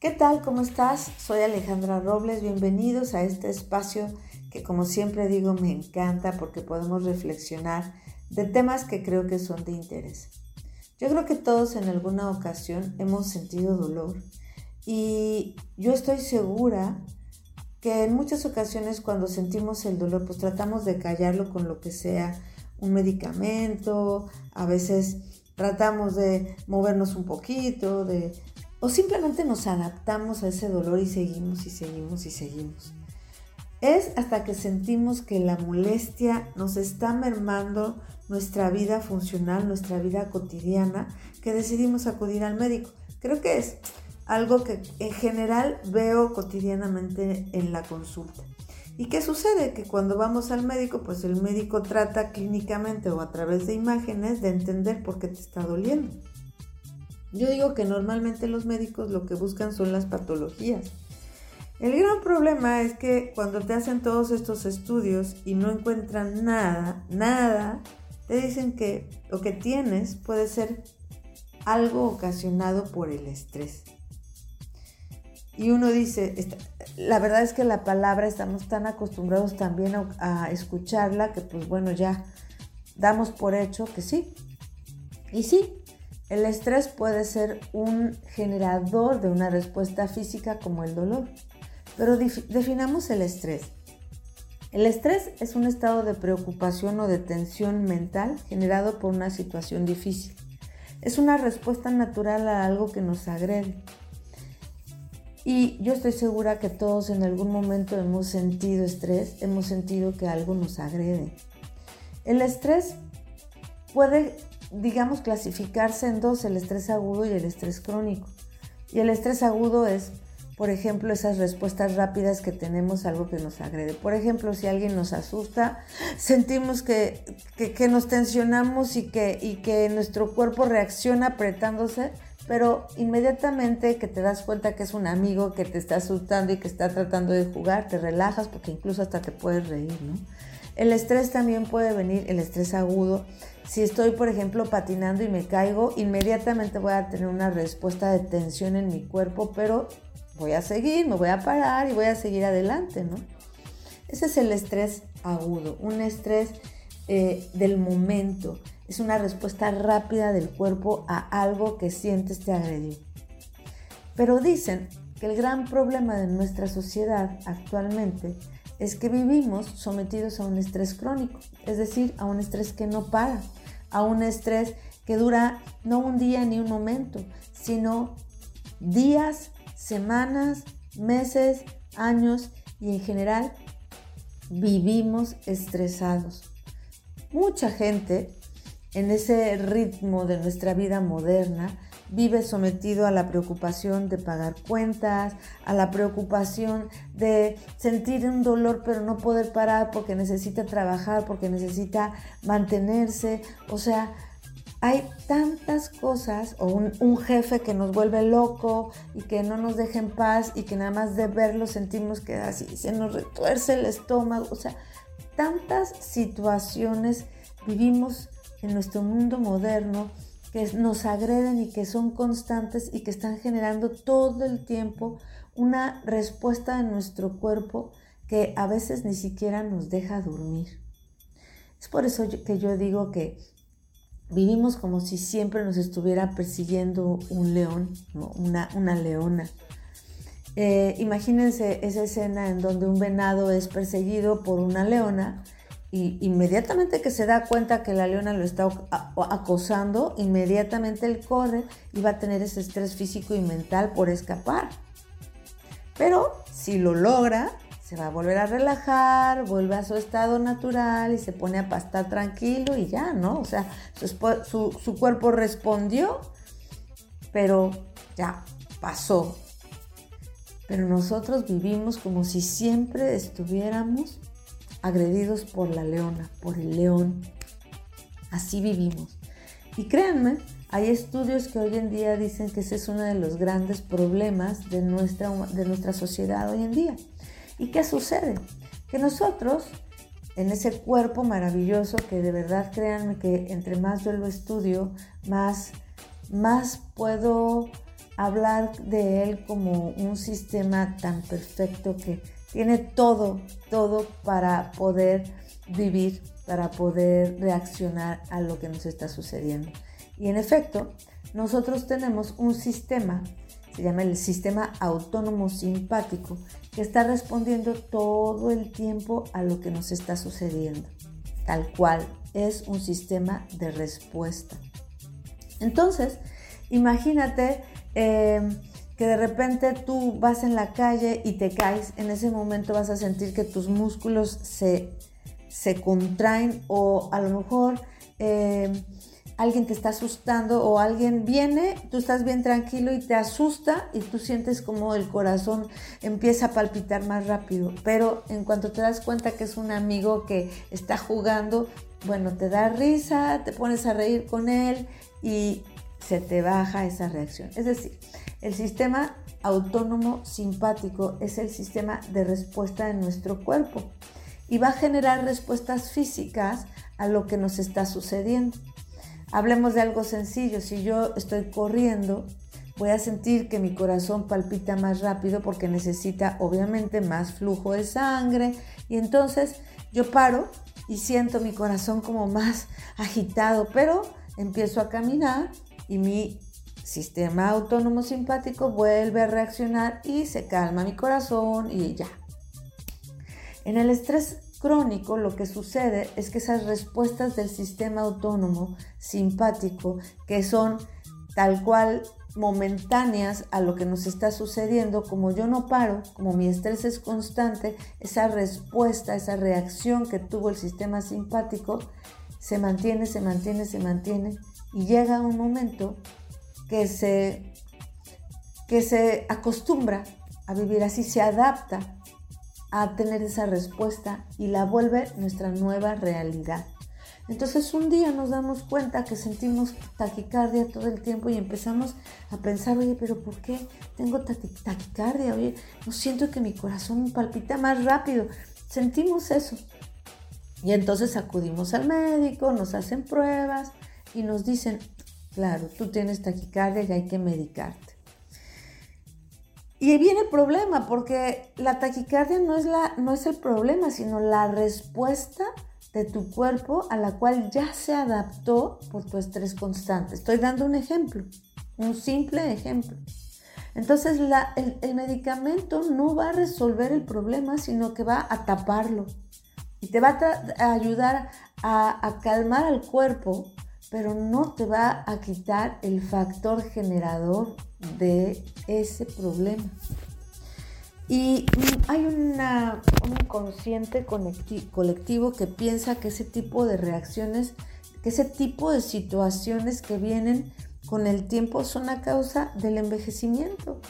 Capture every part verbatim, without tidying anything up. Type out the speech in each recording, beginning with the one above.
¿Qué tal? ¿Cómo estás? Soy Alejandra Robles. Bienvenidos a este espacio que, como siempre digo, me encanta porque podemos reflexionar de temas que creo que son de interés. Yo creo que todos en alguna ocasión hemos sentido dolor y yo estoy segura que en muchas ocasiones cuando sentimos el dolor pues tratamos de callarlo con lo que sea, un medicamento, a veces tratamos de movernos un poquito, de o simplemente nos adaptamos a ese dolor y seguimos y seguimos y seguimos. Es hasta que sentimos que la molestia nos está mermando nuestra vida funcional, nuestra vida cotidiana, que decidimos acudir al médico. Creo que es algo que en general veo cotidianamente en la consulta. ¿Y qué sucede? Que cuando vamos al médico, pues el médico trata clínicamente o a través de imágenes de entender por qué te está doliendo. Yo digo que normalmente los médicos lo que buscan son las patologías. El gran problema es que cuando te hacen todos estos estudios y no encuentran nada, nada, te dicen que lo que tienes puede ser algo ocasionado por el estrés. Y uno dice, la verdad es que la palabra estamos tan acostumbrados también a, a escucharla que pues bueno, ya damos por hecho que sí. Y sí. El estrés puede ser un generador de una respuesta física como el dolor, pero dif- definamos el estrés. El estrés es un estado de preocupación o de tensión mental generado por una situación difícil. Es una respuesta natural a algo que nos agrede. Y yo estoy segura que todos en algún momento hemos sentido estrés, hemos sentido que algo nos agrede. El estrés puede digamos, clasificarse en dos, el estrés agudo y el estrés crónico. Y el estrés agudo es, por ejemplo, esas respuestas rápidas que tenemos a algo que nos agrede. Por ejemplo, si alguien nos asusta, sentimos que, que, que nos tensionamos y que, y que nuestro cuerpo reacciona apretándose, pero inmediatamente que te das cuenta que es un amigo que te está asustando y que está tratando de jugar, te relajas porque incluso hasta te puedes reír, ¿no? El estrés también puede venir, el estrés agudo. Si estoy, por ejemplo, patinando y me caigo, inmediatamente voy a tener una respuesta de tensión en mi cuerpo, pero voy a seguir, me voy a parar y voy a seguir adelante, ¿no? Ese es el estrés agudo, un estrés eh, del momento. Es una respuesta rápida del cuerpo a algo que sientes te agredió. Pero dicen que el gran problema de nuestra sociedad actualmente es que vivimos sometidos a un estrés crónico, es decir, a un estrés que no para, a un estrés que dura no un día ni un momento, sino días, semanas, meses, años y en general vivimos estresados. Mucha gente en ese ritmo de nuestra vida moderna vive sometido a la preocupación de pagar cuentas, a la preocupación de sentir un dolor pero no poder parar porque necesita trabajar, porque necesita mantenerse. O sea, hay tantas cosas, o un, un jefe que nos vuelve loco y que no nos deja en paz y que nada más de verlo sentimos que así se nos retuerce el estómago. O sea, tantas situaciones vivimos en nuestro mundo moderno que nos agreden y que son constantes y que están generando todo el tiempo una respuesta en nuestro cuerpo que a veces ni siquiera nos deja dormir. Es por eso que yo digo que vivimos como si siempre nos estuviera persiguiendo un león, ¿no? una, una leona. Eh, imagínense esa escena en donde un venado es perseguido por una leona y inmediatamente que se da cuenta que la leona lo está acosando, inmediatamente él corre y va a tener ese estrés físico y mental por escapar. Pero si lo logra, se va a volver a relajar, vuelve a su estado natural y se pone a pastar tranquilo y ya, ¿no? O sea, su, su, su cuerpo respondió, pero ya pasó. Pero nosotros vivimos como si siempre estuviéramos agredidos por la leona, por el león. Así vivimos. Y créanme, hay estudios que hoy en día dicen que ese es uno de los grandes problemas de nuestra, de nuestra sociedad hoy en día. ¿Y qué sucede? Que nosotros, en ese cuerpo maravilloso, que de verdad créanme que entre más yo lo estudio, más, más puedo hablar de él como un sistema tan perfecto que tiene todo, todo para poder vivir, para poder reaccionar a lo que nos está sucediendo. Y en efecto, nosotros tenemos un sistema, se llama el sistema autónomo simpático, que está respondiendo todo el tiempo a lo que nos está sucediendo. Tal cual, es un sistema de respuesta. Entonces, imagínate eh, que de repente tú vas en la calle y te caes. En ese momento vas a sentir que tus músculos se, se contraen, o a lo mejor eh, alguien te está asustando, o alguien viene, tú estás bien tranquilo y te asusta y tú sientes como el corazón empieza a palpitar más rápido. Pero en cuanto te das cuenta que es un amigo que está jugando, bueno, te da risa, te pones a reír con él y se te baja esa reacción. Es decir, el sistema autónomo simpático es el sistema de respuesta de nuestro cuerpo y va a generar respuestas físicas a lo que nos está sucediendo. Hablemos de algo sencillo. Si yo estoy corriendo, voy a sentir que mi corazón palpita más rápido porque necesita obviamente más flujo de sangre, y entonces yo paro y siento mi corazón como más agitado, pero empiezo a caminar y mi sistema autónomo simpático vuelve a reaccionar y se calma mi corazón y ya. En el estrés crónico lo que sucede es que esas respuestas del sistema autónomo simpático, que son tal cual momentáneas a lo que nos está sucediendo, como yo no paro, como mi estrés es constante, esa respuesta, esa reacción que tuvo el sistema simpático se mantiene, se mantiene, se mantiene, y llega un momento que se, que se acostumbra a vivir así, se adapta a tener esa respuesta y la vuelve nuestra nueva realidad. Entonces un día nos damos cuenta que sentimos taquicardia todo el tiempo y empezamos a pensar, oye, pero ¿por qué tengo taquicardia? Oye, no siento que mi corazón palpita más rápido. Sentimos eso. Y entonces acudimos al médico, nos hacen pruebas y nos dicen, claro, tú tienes taquicardia y hay que medicarte. Y viene el problema, porque la taquicardia no es, la, no es el problema, sino la respuesta de tu cuerpo a la cual ya se adaptó por tu estrés constante. Estoy dando un ejemplo, un simple ejemplo. Entonces la, el, el medicamento no va a resolver el problema, sino que va a taparlo y te va a, tra- a ayudar a, a calmar al cuerpo, pero no te va a quitar el factor generador de ese problema. Y hay una, un inconsciente colectivo que piensa que ese tipo de reacciones, que ese tipo de situaciones que vienen con el tiempo son a causa del envejecimiento,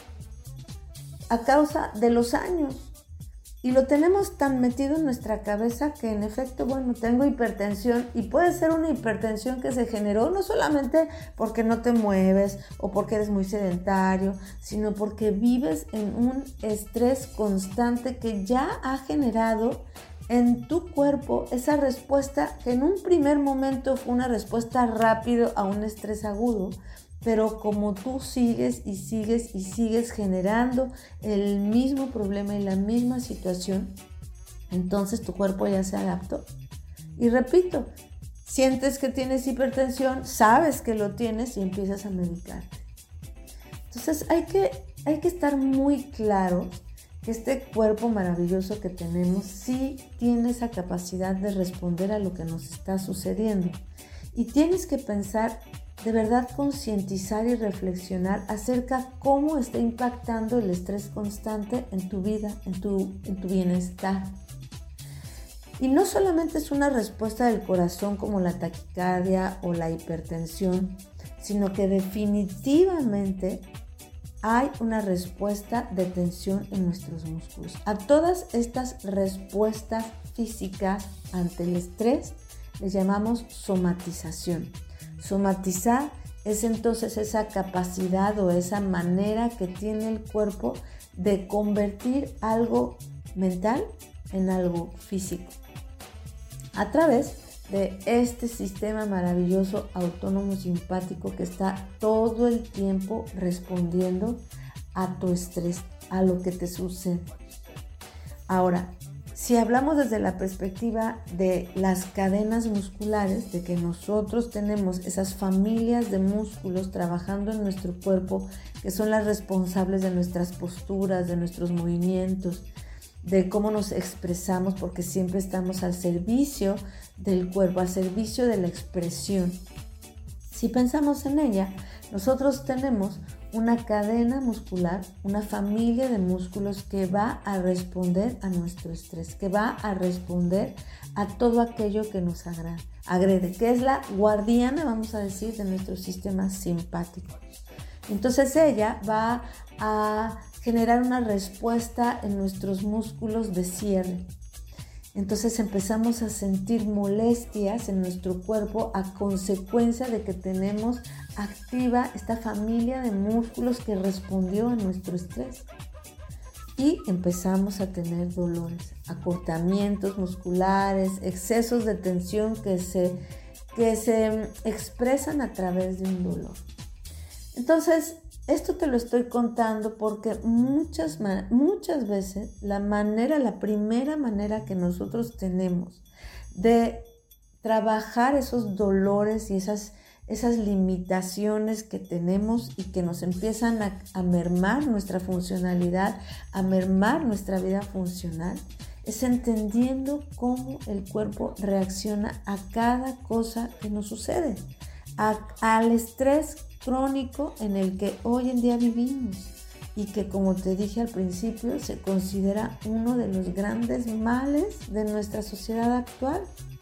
a causa de los años. Y lo tenemos tan metido en nuestra cabeza que en efecto, bueno, tengo hipertensión, y puede ser una hipertensión que se generó no solamente porque no te mueves o porque eres muy sedentario, sino porque vives en un estrés constante que ya ha generado en tu cuerpo esa respuesta que en un primer momento fue una respuesta rápida a un estrés agudo. Pero como tú sigues y sigues y sigues generando el mismo problema y la misma situación, entonces tu cuerpo ya se adaptó. Y repito, sientes que tienes hipertensión, sabes que lo tienes y empiezas a medicarte. Entonces hay que, hay que estar muy claro que este cuerpo maravilloso que tenemos sí tiene esa capacidad de responder a lo que nos está sucediendo. Y tienes que pensar, de verdad concientizar y reflexionar acerca cómo está impactando el estrés constante en tu vida, en tu, en tu bienestar. Y no solamente es una respuesta del corazón como la taquicardia o la hipertensión, sino que definitivamente hay una respuesta de tensión en nuestros músculos. A todas estas respuestas físicas ante el estrés les llamamos somatización. Somatizar es entonces esa capacidad o esa manera que tiene el cuerpo de convertir algo mental en algo físico a través de este sistema maravilloso autónomo simpático que está todo el tiempo respondiendo a tu estrés, a lo que te sucede. Ahora, si hablamos desde la perspectiva de las cadenas musculares, de que nosotros tenemos esas familias de músculos trabajando en nuestro cuerpo, que son las responsables de nuestras posturas, de nuestros movimientos, de cómo nos expresamos, porque siempre estamos al servicio del cuerpo, al servicio de la expresión. Si pensamos en ella, nosotros tenemos una cadena muscular, una familia de músculos que va a responder a nuestro estrés, que va a responder a todo aquello que nos agrada, agrede, que es la guardiana, vamos a decir, de nuestro sistema simpático. Entonces ella va a generar una respuesta en nuestros músculos de cierre. Entonces empezamos a sentir molestias en nuestro cuerpo a consecuencia de que tenemos activa esta familia de músculos que respondió a nuestro estrés. Y empezamos a tener dolores, acortamientos musculares, excesos de tensión que se, que se expresan a través de un dolor. Entonces, esto te lo estoy contando porque muchas, muchas veces la manera, la primera manera que nosotros tenemos de trabajar esos dolores y esas, esas limitaciones que tenemos y que nos empiezan a, a mermar nuestra funcionalidad, a mermar nuestra vida funcional, es entendiendo cómo el cuerpo reacciona a cada cosa que nos sucede, a, al estrés crónico en el que hoy en día vivimos y que, como te dije al principio, se considera uno de los grandes males de nuestra sociedad actual.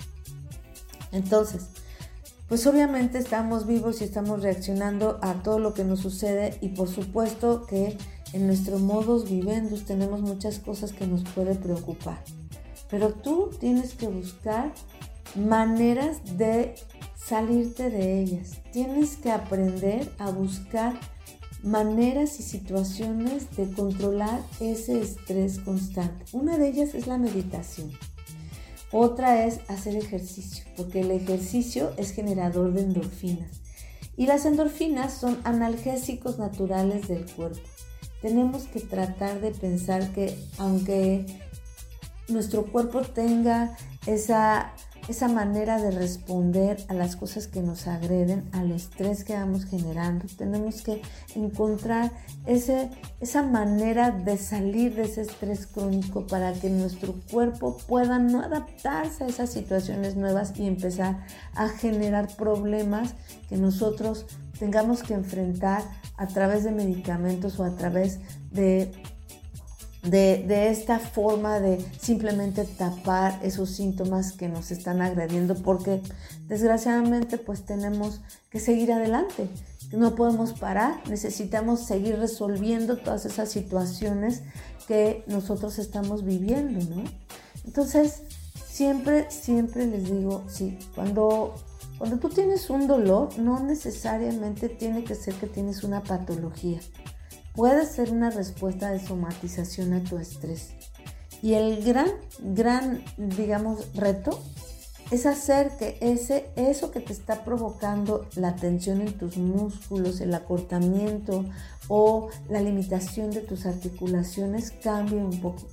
Entonces, pues obviamente estamos vivos y estamos reaccionando a todo lo que nos sucede y por supuesto que en nuestro modus vivendus tenemos muchas cosas que nos pueden preocupar, pero tú tienes que buscar maneras de salirte de ellas. Tienes que aprender a buscar maneras y situaciones de controlar ese estrés constante. Una de ellas es la meditación. Otra es hacer ejercicio, porque el ejercicio es generador de endorfinas. Y las endorfinas son analgésicos naturales del cuerpo. Tenemos que tratar de pensar que aunque nuestro cuerpo tenga esa esa manera de responder a las cosas que nos agreden, al estrés que vamos generando, tenemos que encontrar ese, esa manera de salir de ese estrés crónico para que nuestro cuerpo pueda no adaptarse a esas situaciones nuevas y empezar a generar problemas que nosotros tengamos que enfrentar a través de medicamentos o a través de De, de esta forma de simplemente tapar esos síntomas que nos están agrediendo, porque desgraciadamente pues tenemos que seguir adelante, no podemos parar, necesitamos seguir resolviendo todas esas situaciones que nosotros estamos viviendo, ¿no? Entonces siempre, siempre les digo, sí, cuando, cuando tú tienes un dolor, no necesariamente tiene que ser que tienes una patología. Puede ser una respuesta de somatización a tu estrés. Y el gran, gran, digamos, reto es hacer que ese, eso que te está provocando la tensión en tus músculos, el acortamiento o la limitación de tus articulaciones cambie un poquito.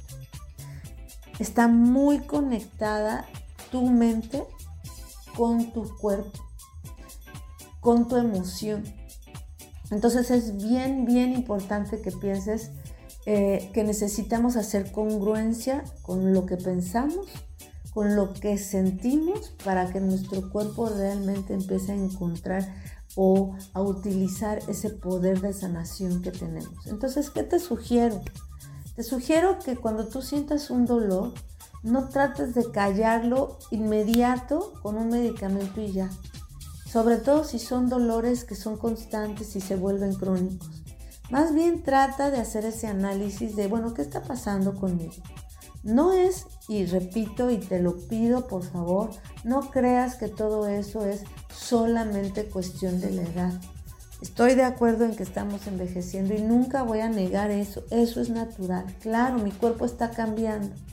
Está muy conectada tu mente con tu cuerpo, con tu emoción. Entonces es bien, bien importante que pienses eh, que necesitamos hacer congruencia con lo que pensamos, con lo que sentimos, para que nuestro cuerpo realmente empiece a encontrar o a utilizar ese poder de sanación que tenemos. Entonces, ¿qué te sugiero? Te sugiero que cuando tú sientas un dolor, no trates de callarlo inmediato con un medicamento y ya. Sobre todo si son dolores que son constantes y se vuelven crónicos. Más bien trata de hacer ese análisis de, bueno, ¿qué está pasando conmigo? No es, y repito y te lo pido por favor, no creas que todo eso es solamente cuestión de la edad. Estoy de acuerdo en que estamos envejeciendo y nunca voy a negar eso, eso es natural. Claro, mi cuerpo está cambiando,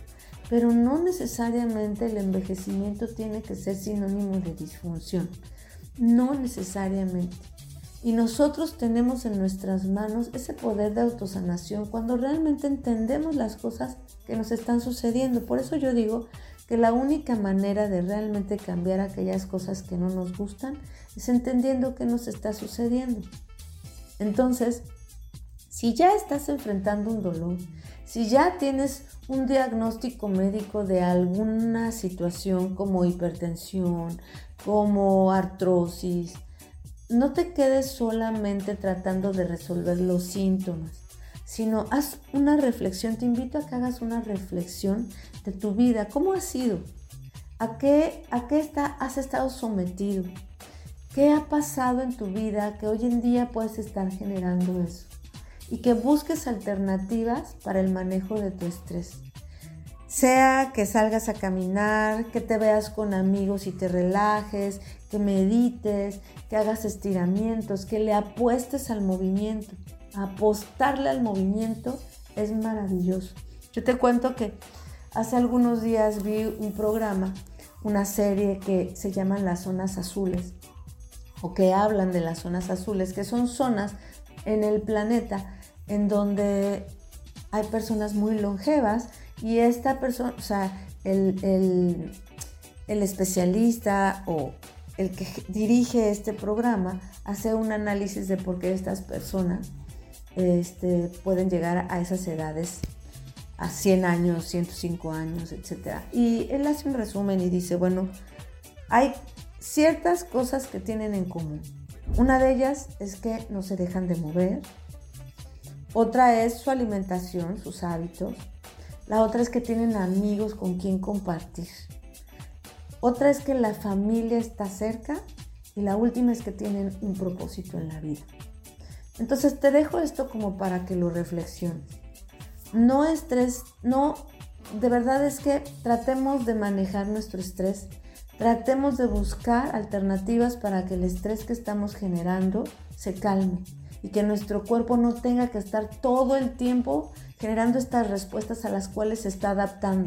pero no necesariamente el envejecimiento tiene que ser sinónimo de disfunción, no necesariamente. Y nosotros tenemos en nuestras manos ese poder de autosanación cuando realmente entendemos las cosas que nos están sucediendo. Por eso yo digo que la única manera de realmente cambiar aquellas cosas que no nos gustan es entendiendo qué nos está sucediendo. Entonces, si ya estás enfrentando un dolor, si ya tienes un diagnóstico médico de alguna situación como hipertensión, como artrosis, no te quedes solamente tratando de resolver los síntomas, sino haz una reflexión. Te invito a que hagas una reflexión de tu vida. ¿Cómo ha sido? ¿A qué, a qué está, has estado sometido? ¿Qué ha pasado en tu vida que hoy en día puedes estar generando eso? Y que busques alternativas para el manejo de tu estrés. Sea que salgas a caminar, que te veas con amigos y te relajes, que medites, que hagas estiramientos, que le apuestes al movimiento. Apostarle al movimiento es maravilloso. Yo te cuento que hace algunos días vi un programa, una serie que se llama Las Zonas Azules, o que hablan de las zonas azules, que son zonas en el planeta en donde hay personas muy longevas y esta persona, o sea, el, el, el especialista o el que dirige este programa hace un análisis de por qué estas personas este, pueden llegar a esas edades, a cien años, ciento cinco años, etcétera. Y él hace un resumen y dice, bueno, hay ciertas cosas que tienen en común. Una de ellas es que no se dejan de mover. Otra es su alimentación, sus hábitos. La otra es que tienen amigos con quien compartir. Otra es que la familia está cerca. Y la última es que tienen un propósito en la vida. Entonces te dejo esto como para que lo reflexiones. No estrés, no, de verdad es que tratemos de manejar nuestro estrés. Tratemos de buscar alternativas para que el estrés que estamos generando se calme y que nuestro cuerpo no tenga que estar todo el tiempo generando estas respuestas a las cuales se está adaptando.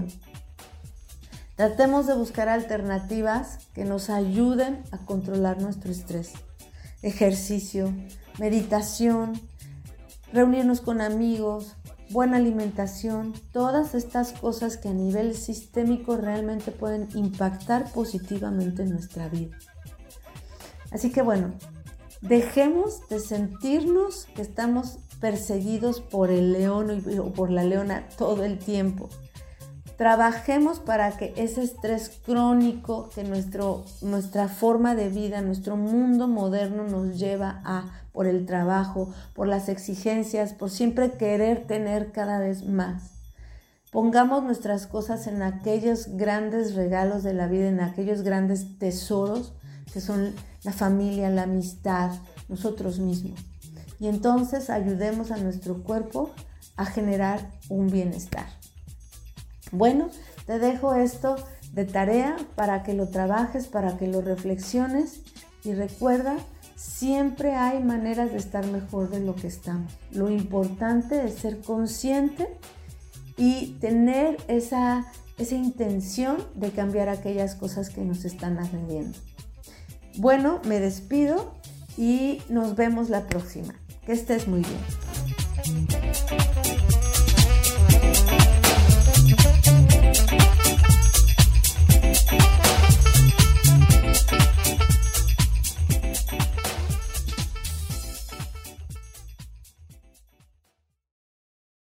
Tratemos de buscar alternativas que nos ayuden a controlar nuestro estrés. Ejercicio, meditación, reunirnos con amigos, buena alimentación, todas estas cosas que a nivel sistémico realmente pueden impactar positivamente en nuestra vida. Así que bueno, dejemos de sentirnos que estamos perseguidos por el león o por la leona todo el tiempo. Trabajemos para que ese estrés crónico que nuestro, nuestra forma de vida, nuestro mundo moderno nos lleva a, por el trabajo, por las exigencias, por siempre querer tener cada vez más. Pongamos nuestras cosas en aquellos grandes regalos de la vida, en aquellos grandes tesoros que son la familia, la amistad, nosotros mismos. Y entonces ayudemos a nuestro cuerpo a generar un bienestar. Bueno, te dejo esto de tarea para que lo trabajes, para que lo reflexiones y recuerda, siempre hay maneras de estar mejor de lo que estamos. Lo importante es ser consciente y tener esa, esa intención de cambiar aquellas cosas que nos están agrediendo. Bueno, me despido y nos vemos la próxima. Que estés muy bien.